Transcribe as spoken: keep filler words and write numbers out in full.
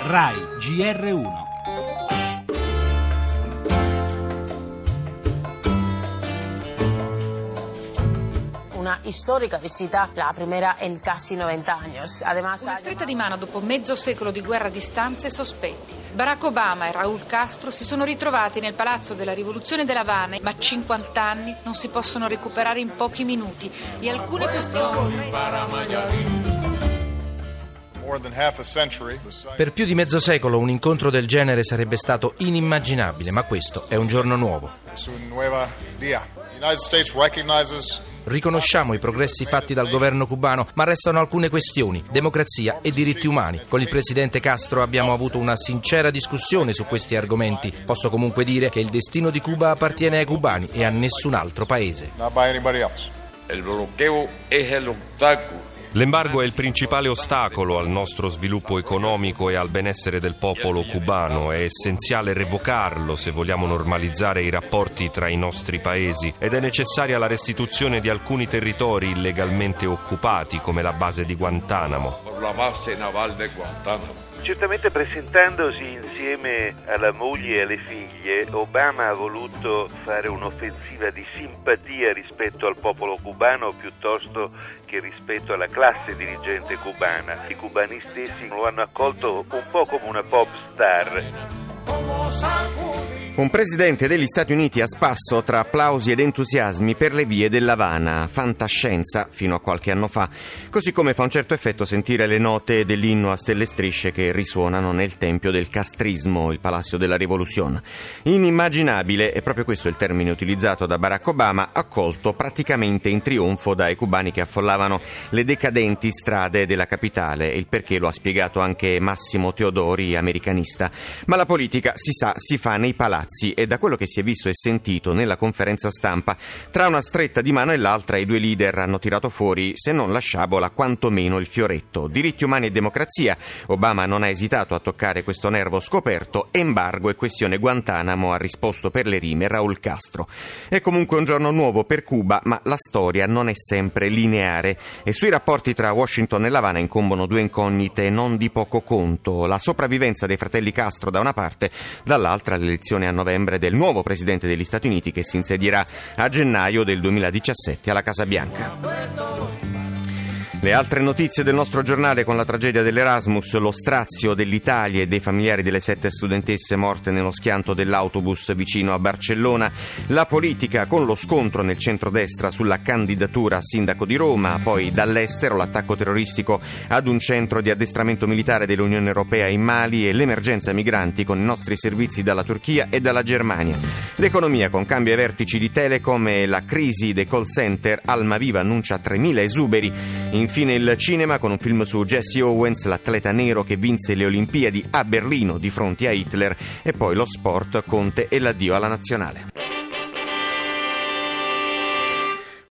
Rai G R uno. Una histórica visita, la primera en casi noventa años. Además, una stretta di mano dopo mezzo secolo di guerra a distanza e sospetti. Barack Obama e Raúl Castro si sono ritrovati nel Palazzo della Rivoluzione della Havana, ma cinquanta anni non si possono recuperare in pochi minuti e alcune questioni restano. Per più di mezzo secolo un incontro del genere sarebbe stato inimmaginabile, ma questo è un giorno nuovo. Riconosciamo i progressi fatti dal governo cubano, ma restano alcune questioni: democrazia e diritti umani. Con il presidente Castro abbiamo avuto una sincera discussione su questi argomenti. Posso comunque dire che il destino di Cuba appartiene ai cubani e a nessun altro paese. L'embargo è il principale ostacolo al nostro sviluppo economico e al benessere del popolo cubano. È essenziale revocarlo se vogliamo normalizzare i rapporti tra i nostri paesi ed è necessaria la restituzione di alcuni territori illegalmente occupati, come la base di Guantanamo. Certamente, presentandosi insieme alla moglie e alle figlie, Obama ha voluto fare un'offensiva di simpatia rispetto al popolo cubano piuttosto che rispetto alla classe dirigente cubana. I cubani stessi lo hanno accolto un po' come una pop star. Un presidente degli Stati Uniti a spasso tra applausi ed entusiasmi per le vie dell'Havana, fantascienza fino a qualche anno fa, così come fa un certo effetto sentire le note dell'inno a stelle e strisce che risuonano nel tempio del castrismo, il Palacio della Rivoluzione. Inimmaginabile, è proprio questo il termine utilizzato da Barack Obama, accolto praticamente in trionfo dai cubani che affollavano le decadenti strade della capitale, il perché lo ha spiegato anche Massimo Teodori, americanista. Ma la politica, si sa, si fa nei palazzi e da quello che si è visto e sentito nella conferenza stampa, tra una stretta di mano e l'altra i due leader hanno tirato fuori, se non la sciabola, quantomeno il fioretto. Diritti umani e democrazia, Obama non ha esitato a toccare questo nervo scoperto. Embargo e questione Guantanamo, ha risposto per le rime Raúl Castro. È comunque un giorno nuovo per Cuba, ma la storia non è sempre lineare e sui rapporti tra Washington e l'Havana incombono due incognite non di poco conto: la sopravvivenza dei fratelli Castro da una parte, dall'altra l'elezione a novembre del nuovo presidente degli Stati Uniti che si insedierà a gennaio del duemiladiciassette alla Casa Bianca. Le altre notizie del nostro giornale: con la tragedia dell'Erasmus, lo strazio dell'Italia e dei familiari delle sette studentesse morte nello schianto dell'autobus vicino a Barcellona, la politica con lo scontro nel centrodestra sulla candidatura a sindaco di Roma, poi dall'estero l'attacco terroristico ad un centro di addestramento militare dell'Unione Europea in Mali e l'emergenza migranti con i nostri servizi dalla Turchia e dalla Germania. L'economia con cambio ai vertici di Telecom e la crisi dei call center, Almaviva annuncia tremila esuberi. Infine il cinema con un film su Jesse Owens, l'atleta nero che vinse le Olimpiadi a Berlino di fronte a Hitler, e poi lo sport, Conte e l'addio alla nazionale.